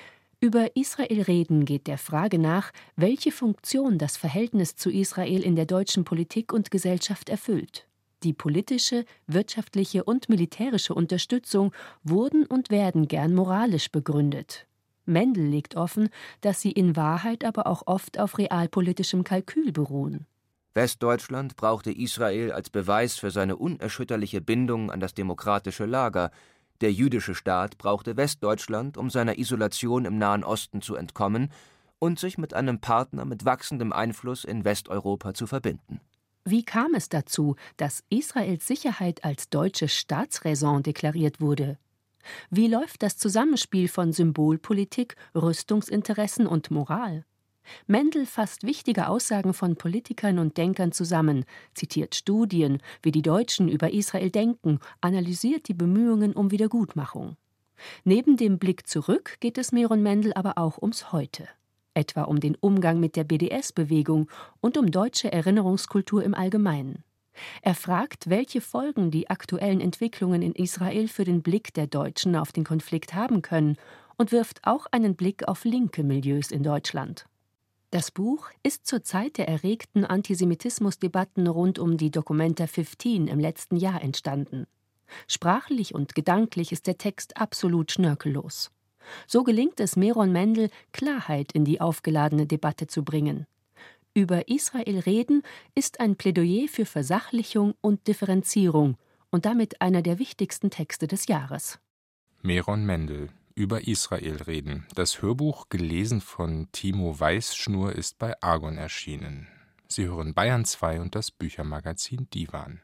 Über Israel reden geht der Frage nach, welche Funktion das Verhältnis zu Israel in der deutschen Politik und Gesellschaft erfüllt. Die politische, wirtschaftliche und militärische Unterstützung wurden und werden gern moralisch begründet. Mendel legt offen, dass sie in Wahrheit aber auch oft auf realpolitischem Kalkül beruhen. Westdeutschland brauchte Israel als Beweis für seine unerschütterliche Bindung an das demokratische Lager. Der jüdische Staat brauchte Westdeutschland, um seiner Isolation im Nahen Osten zu entkommen und sich mit einem Partner mit wachsendem Einfluss in Westeuropa zu verbinden. Wie kam es dazu, dass Israels Sicherheit als deutsche Staatsräson deklariert wurde? Wie läuft das Zusammenspiel von Symbolpolitik, Rüstungsinteressen und Moral? Mendel fasst wichtige Aussagen von Politikern und Denkern zusammen, zitiert Studien, wie die Deutschen über Israel denken, analysiert die Bemühungen um Wiedergutmachung. Neben dem Blick zurück geht es Meron Mendel aber auch ums Heute, etwa um den Umgang mit der BDS-Bewegung und um deutsche Erinnerungskultur im Allgemeinen. Er fragt, welche Folgen die aktuellen Entwicklungen in Israel für den Blick der Deutschen auf den Konflikt haben können und wirft auch einen Blick auf linke Milieus in Deutschland. Das Buch ist zur Zeit der erregten Antisemitismusdebatten rund um die Documenta 15 im letzten Jahr entstanden. Sprachlich und gedanklich ist der Text absolut schnörkellos. So gelingt es Meron Mendel, Klarheit in die aufgeladene Debatte zu bringen. Über Israel reden ist ein Plädoyer für Versachlichung und Differenzierung und damit einer der wichtigsten Texte des Jahres. Meron Mendel. Über Israel reden. Das Hörbuch, gelesen von Timo Weißschnur, ist bei Argon erschienen. Sie hören Bayern 2 und das Büchermagazin Divan.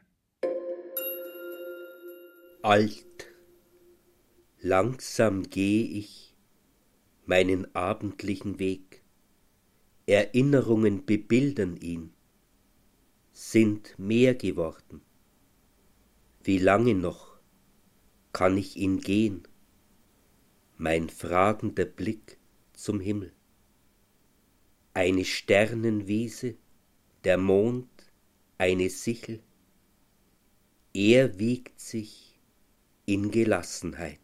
Alt, langsam gehe ich meinen abendlichen Weg. Erinnerungen bebildern ihn, sind mehr geworden. Wie lange noch kann ich ihn gehen? Mein fragender Blick zum Himmel. Eine Sternenwiese, der Mond, eine Sichel. Er wiegt sich in Gelassenheit.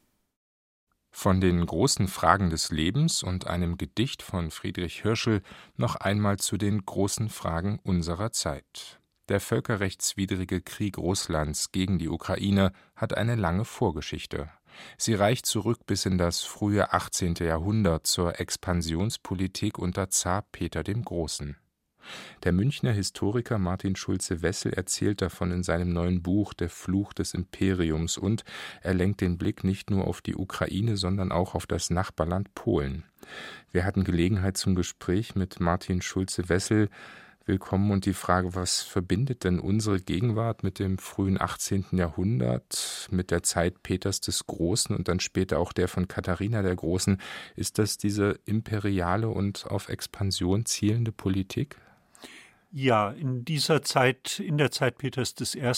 Von den großen Fragen des Lebens und einem Gedicht von Friedrich Hirschl noch einmal zu den großen Fragen unserer Zeit. Der völkerrechtswidrige Krieg Russlands gegen die Ukraine hat eine lange Vorgeschichte. Sie reicht zurück bis in das frühe 18. Jahrhundert zur Expansionspolitik unter Zar Peter dem Großen. Der Münchner Historiker Martin Schulze-Wessel erzählt davon in seinem neuen Buch »Der Fluch des Imperiums« und er lenkt den Blick nicht nur auf die Ukraine, sondern auch auf das Nachbarland Polen. Wir hatten Gelegenheit zum Gespräch mit Martin Schulze-Wessel. Willkommen und die Frage, was verbindet denn unsere Gegenwart mit dem frühen 18. Jahrhundert, mit der Zeit Peters des Großen und dann später auch der von Katharina der Großen? Ist das diese imperiale und auf Expansion zielende Politik? Ja, in der Zeit Peters I.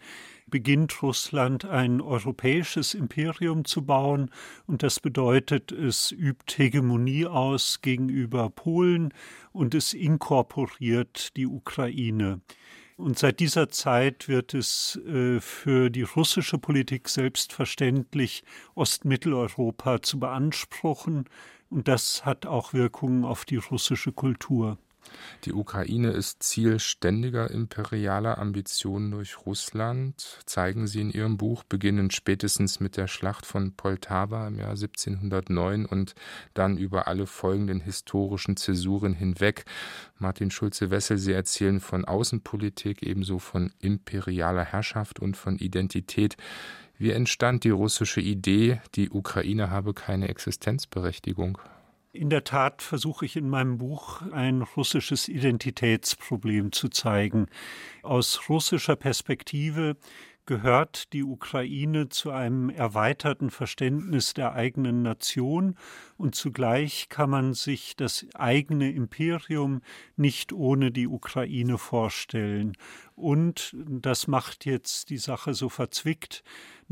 beginnt Russland ein europäisches Imperium zu bauen und das bedeutet, es übt Hegemonie aus gegenüber Polen und es inkorporiert die Ukraine. Und seit dieser Zeit wird es für die russische Politik selbstverständlich, Ostmitteleuropa zu beanspruchen und das hat auch Wirkungen auf die russische Kultur. Die Ukraine ist Ziel ständiger imperialer Ambitionen durch Russland, zeigen Sie in Ihrem Buch, beginnend spätestens mit der Schlacht von Poltawa im Jahr 1709 und dann über alle folgenden historischen Zäsuren hinweg. Martin Schulze-Wessel, Sie erzählen von Außenpolitik, ebenso von imperialer Herrschaft und von Identität. Wie entstand die russische Idee, die Ukraine habe keine Existenzberechtigung? In der Tat versuche ich in meinem Buch ein russisches Identitätsproblem zu zeigen. Aus russischer Perspektive gehört die Ukraine zu einem erweiterten Verständnis der eigenen Nation und zugleich kann man sich das eigene Imperium nicht ohne die Ukraine vorstellen. Und das macht jetzt die Sache so verzwickt.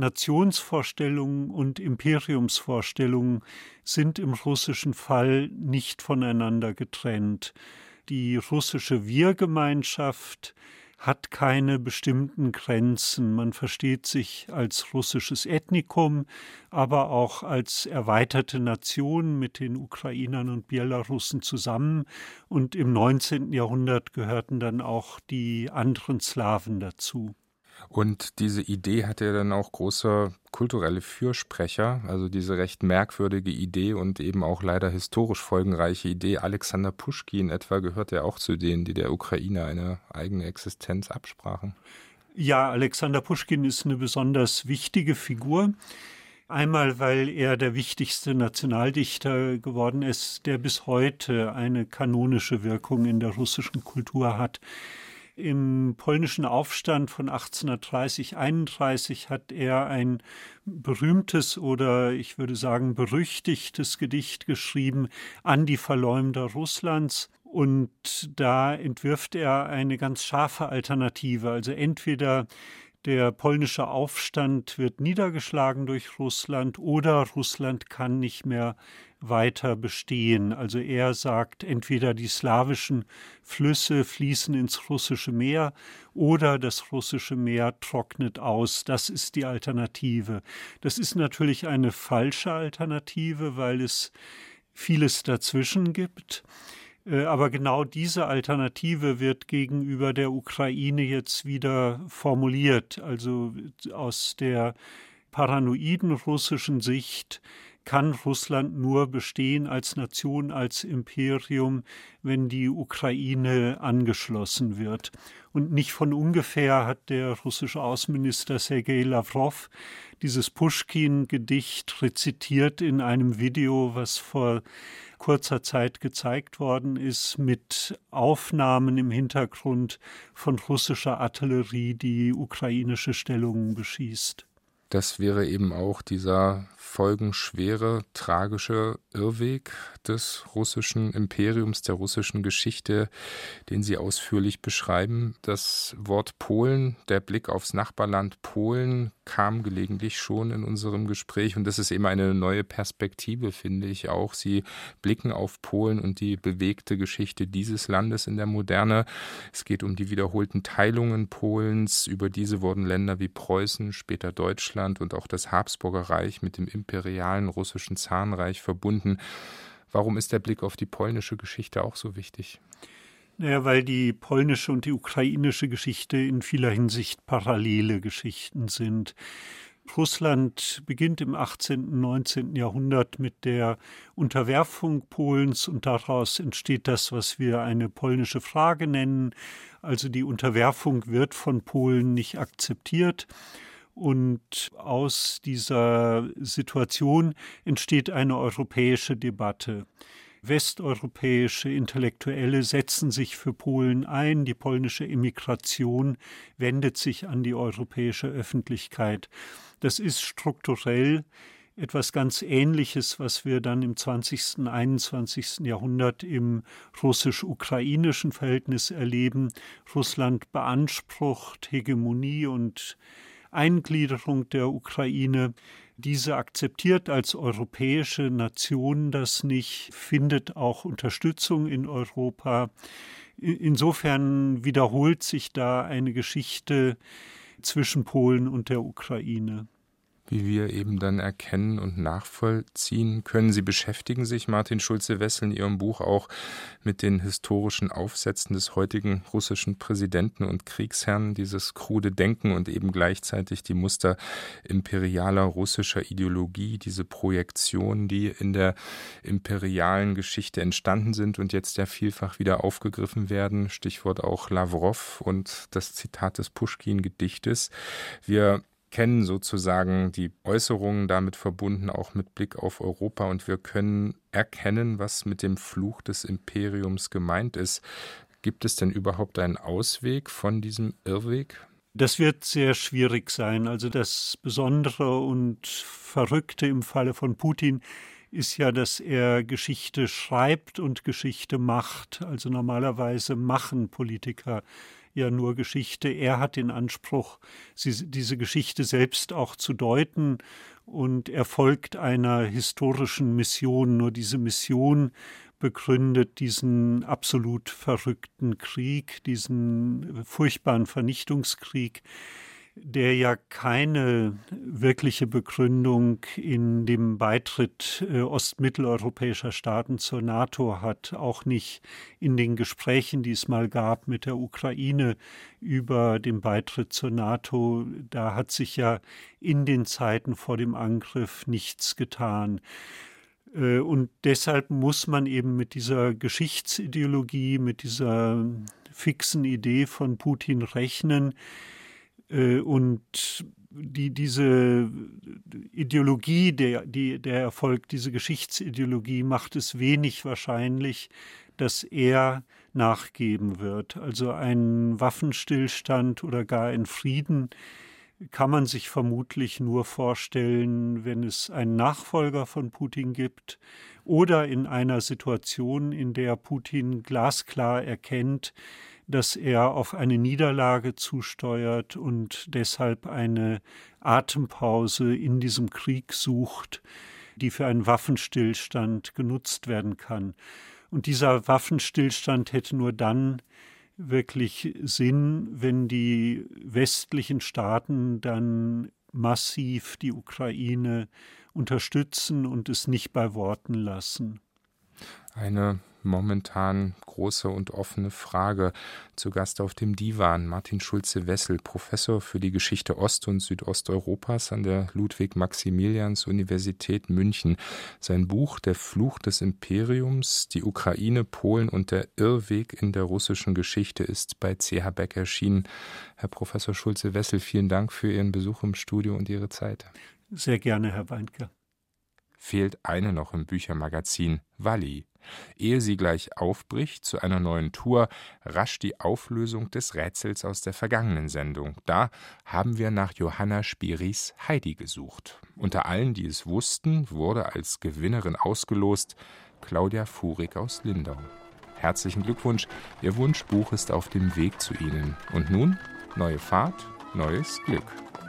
Nationsvorstellungen und Imperiumsvorstellungen sind im russischen Fall nicht voneinander getrennt. Die russische Wir-Gemeinschaft hat keine bestimmten Grenzen. Man versteht sich als russisches Ethnikum, aber auch als erweiterte Nation mit den Ukrainern und Belarussen zusammen. Und im 19. Jahrhundert gehörten dann auch die anderen Slawen dazu. Und diese Idee hatte ja dann auch große kulturelle Fürsprecher, also diese recht merkwürdige Idee und eben auch leider historisch folgenreiche Idee. Alexander Puschkin etwa gehört ja auch zu denen, die der Ukraine eine eigene Existenz absprachen. Ja, Alexander Puschkin ist eine besonders wichtige Figur. Einmal, weil er der wichtigste Nationaldichter geworden ist, der bis heute eine kanonische Wirkung in der russischen Kultur hat. Im polnischen Aufstand von 1830/31 hat er ein berühmtes oder ich würde sagen berüchtigtes Gedicht geschrieben an die Verleumder Russlands. Und da entwirft er eine ganz scharfe Alternative. Also entweder der polnische Aufstand wird niedergeschlagen durch Russland oder Russland kann nicht mehr weiter bestehen. Also er sagt, entweder die slawischen Flüsse fließen ins Russische Meer oder das Russische Meer trocknet aus. Das ist die Alternative. Das ist natürlich eine falsche Alternative, weil es vieles dazwischen gibt. Aber genau diese Alternative wird gegenüber der Ukraine jetzt wieder formuliert. Also aus der paranoiden russischen Sicht kann Russland nur bestehen als Nation, als Imperium, wenn die Ukraine angeschlossen wird. Und nicht von ungefähr hat der russische Außenminister Sergei Lavrov dieses Puschkin-Gedicht rezitiert in einem Video, was vor kurzer Zeit gezeigt worden ist, mit Aufnahmen im Hintergrund von russischer Artillerie, die ukrainische Stellungen beschießt. Das wäre eben auch dieser folgenschwere, tragische Irrweg des russischen Imperiums, der russischen Geschichte, den Sie ausführlich beschreiben. Das Wort Polen, der Blick aufs Nachbarland Polen kam gelegentlich schon in unserem Gespräch und das ist eben eine neue Perspektive, finde ich auch. Sie blicken auf Polen und die bewegte Geschichte dieses Landes in der Moderne. Es geht um die wiederholten Teilungen Polens. Über diese wurden Länder wie Preußen, später Deutschland und auch das Habsburger Reich mit dem imperialen russischen Zarenreich verbunden. Warum ist der Blick auf die polnische Geschichte auch so wichtig? Naja, weil die polnische und die ukrainische Geschichte in vieler Hinsicht parallele Geschichten sind. Russland beginnt im 18. und 19. Jahrhundert mit der Unterwerfung Polens und daraus entsteht das, was wir eine polnische Frage nennen. Also die Unterwerfung wird von Polen nicht akzeptiert. Und aus dieser Situation entsteht eine europäische Debatte. Westeuropäische Intellektuelle setzen sich für Polen ein. Die polnische Emigration wendet sich an die europäische Öffentlichkeit. Das ist strukturell etwas ganz Ähnliches, was wir dann im 20. und 21. Jahrhundert im russisch-ukrainischen Verhältnis erleben. Russland beansprucht Hegemonie und Eingliederung der Ukraine. Diese akzeptiert als europäische Nation das nicht, findet auch Unterstützung in Europa. Insofern wiederholt sich da eine Geschichte zwischen Polen und der Ukraine. Wie wir eben dann erkennen und nachvollziehen können. Sie beschäftigen sich, Martin Schulze-Wessel, in Ihrem Buch auch mit den historischen Aufsätzen des heutigen russischen Präsidenten und Kriegsherrn, dieses krude Denken und eben gleichzeitig die Muster imperialer russischer Ideologie, diese Projektionen, die in der imperialen Geschichte entstanden sind und jetzt ja vielfach wieder aufgegriffen werden. Stichwort auch Lavrov und das Zitat des Puschkin-Gedichtes. Wir kennen sozusagen die Äußerungen damit verbunden, auch mit Blick auf Europa und wir können erkennen, was mit dem Fluch des Imperiums gemeint ist. Gibt es denn überhaupt einen Ausweg von diesem Irrweg? Das wird sehr schwierig sein. Also das Besondere und Verrückte im Falle von Putin ist ja, dass er Geschichte schreibt und Geschichte macht. Also normalerweise machen Politiker ja nur Geschichte. Er hat den Anspruch, diese Geschichte selbst auch zu deuten und er folgt einer historischen Mission. Nur diese Mission begründet diesen absolut verrückten Krieg, diesen furchtbaren Vernichtungskrieg, der ja keine wirkliche Begründung in dem Beitritt ostmitteleuropäischer Staaten zur NATO hat, auch nicht in den Gesprächen, die es mal gab mit der Ukraine über den Beitritt zur NATO. Da hat sich ja in den Zeiten vor dem Angriff nichts getan. Und deshalb muss man eben mit dieser Geschichtsideologie, mit dieser fixen Idee von Putin rechnen. Und diese Ideologie, der Erfolg, diese Geschichtsideologie macht es wenig wahrscheinlich, dass er nachgeben wird. Also ein Waffenstillstand oder gar ein Frieden kann man sich vermutlich nur vorstellen, wenn es einen Nachfolger von Putin gibt oder in einer Situation, in der Putin glasklar erkennt, dass er auf eine Niederlage zusteuert und deshalb eine Atempause in diesem Krieg sucht, die für einen Waffenstillstand genutzt werden kann. Und dieser Waffenstillstand hätte nur dann wirklich Sinn, wenn die westlichen Staaten dann massiv die Ukraine unterstützen und es nicht bei Worten lassen. Eine momentan große und offene Frage. Zu Gast auf dem Divan Martin Schulze-Wessel, Professor für die Geschichte Ost- und Südosteuropas an der Ludwig-Maximilians-Universität München. Sein Buch »Der Fluch des Imperiums. Die Ukraine, Polen und der Irrweg in der russischen Geschichte« ist bei CH Beck erschienen. Herr Professor Schulze-Wessel, vielen Dank für Ihren Besuch im Studio und Ihre Zeit. Sehr gerne, Herr Weintke. Fehlt eine noch im Büchermagazin, Walli. Ehe sie gleich aufbricht zu einer neuen Tour, rasch die Auflösung des Rätsels aus der vergangenen Sendung. Da haben wir nach Johanna Spiris Heidi gesucht. Unter allen, die es wussten, wurde als Gewinnerin ausgelost Claudia Fuhrig aus Lindau. Herzlichen Glückwunsch, Ihr Wunschbuch ist auf dem Weg zu Ihnen. Und nun, neue Fahrt, neues Glück.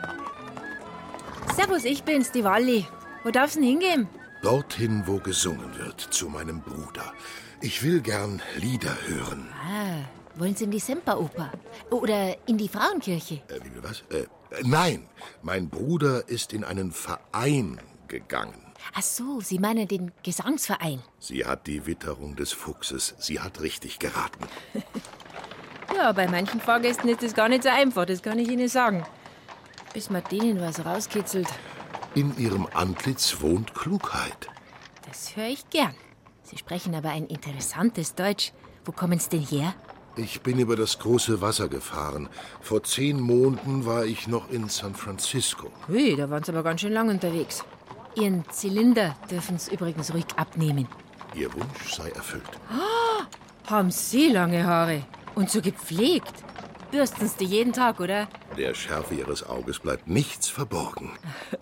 Servus, ich bin's, die Walli. Wo darf's denn hingehen? Dorthin, wo gesungen wird, zu meinem Bruder. Ich will gern Lieder hören. Ah, wollen Sie in die Semperoper? Oder in die Frauenkirche? Wie was? Nein, mein Bruder ist in einen Verein gegangen. Ach so, Sie meinen den Gesangsverein. Sie hat die Witterung des Fuchses. Sie hat richtig geraten. Ja, bei manchen Fahrgästen ist das gar nicht so einfach, das kann ich Ihnen sagen. Bis man denen was rauskitzelt. In ihrem Antlitz wohnt Klugheit. Das höre ich gern. Sie sprechen aber ein interessantes Deutsch. Wo kommen Sie denn her? Ich bin über das große Wasser gefahren. Vor 10 Monaten war ich noch in San Francisco. Ui, da waren Sie aber ganz schön lang unterwegs. Ihren Zylinder dürfen Sie übrigens ruhig abnehmen. Ihr Wunsch sei erfüllt. Oh, haben Sie lange Haare und so gepflegt. Bürsten Sie die jeden Tag, oder? Der Schärfe Ihres Auges bleibt nichts verborgen.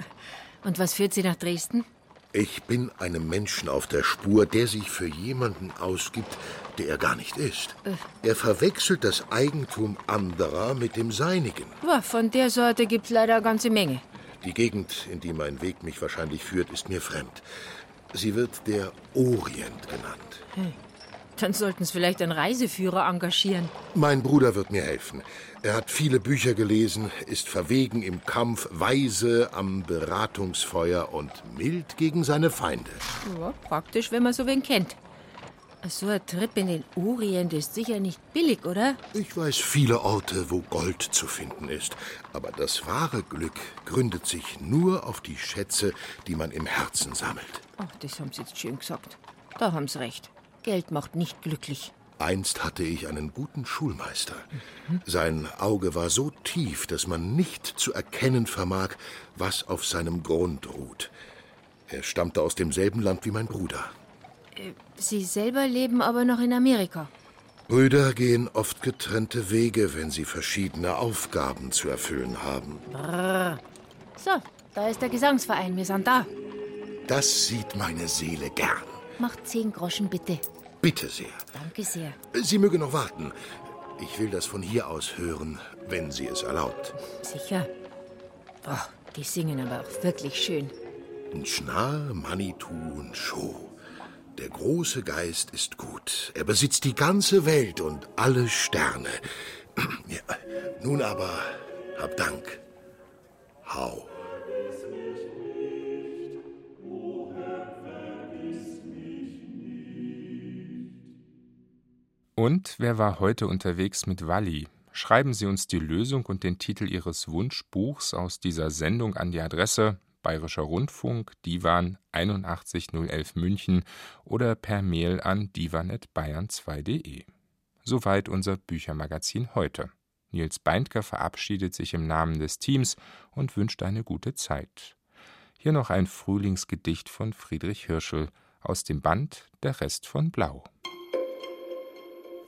Und was führt Sie nach Dresden? Ich bin einem Menschen auf der Spur, der sich für jemanden ausgibt, der er gar nicht ist. Er verwechselt das Eigentum anderer mit dem seinigen. Ja, von der Sorte gibt's leider eine ganze Menge. Die Gegend, in die mein Weg mich wahrscheinlich führt, ist mir fremd. Sie wird der Orient genannt. Dann sollten Sie vielleicht einen Reiseführer engagieren. Mein Bruder wird mir helfen. Er hat viele Bücher gelesen, ist verwegen im Kampf, weise am Beratungsfeuer und mild gegen seine Feinde. Ja, praktisch, wenn man so wen kennt. So ein Trip in den Orient ist sicher nicht billig, oder? Ich weiß viele Orte, wo Gold zu finden ist. Aber das wahre Glück gründet sich nur auf die Schätze, die man im Herzen sammelt. Ach, das haben Sie jetzt schön gesagt. Da haben Sie recht. Geld macht nicht glücklich. Einst hatte ich einen guten Schulmeister. Sein Auge war so tief, dass man nicht zu erkennen vermag, was auf seinem Grund ruht. Er stammte aus demselben Land wie mein Bruder. Sie selber leben aber noch in Amerika. Brüder gehen oft getrennte Wege, wenn sie verschiedene Aufgaben zu erfüllen haben. Brrr. So, da ist der Gesangsverein. Wir sind da. Das sieht meine Seele gern. Macht 10 Groschen, bitte. Bitte sehr. Danke sehr. Sie möge noch warten. Ich will das von hier aus hören, wenn sie es erlaubt. Sicher. Oh, die singen aber auch wirklich schön. Nschnar, Manitou und Scho. Der große Geist ist gut. Er besitzt die ganze Welt und alle Sterne. Ja, nun aber, hab Dank. Hau. Und wer war heute unterwegs mit Walli? Schreiben Sie uns die Lösung und den Titel Ihres Wunschbuchs aus dieser Sendung an die Adresse Bayerischer Rundfunk, Divan 81011 München oder per Mail an divan@bayern2.de. Soweit unser Büchermagazin heute. Nils Beindker verabschiedet sich im Namen des Teams und wünscht eine gute Zeit. Hier noch ein Frühlingsgedicht von Friedrich Hirschel aus dem Band Der Rest von Blau.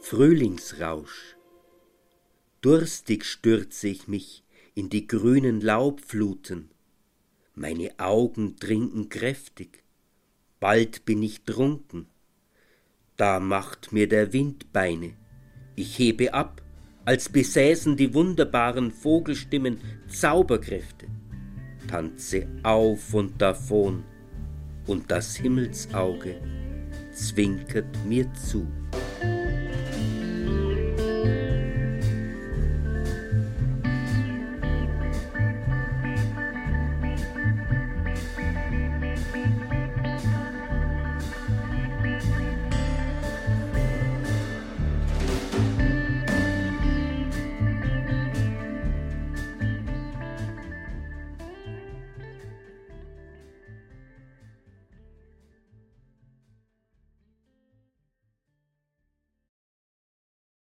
Frühlingsrausch. Durstig stürze ich mich in die grünen Laubfluten, meine Augen trinken kräftig, bald bin ich trunken, da macht mir der Wind Beine, ich hebe ab, als besäßen die wunderbaren Vogelstimmen Zauberkräfte, tanze auf und davon, und das Himmelsauge zwinkert mir zu.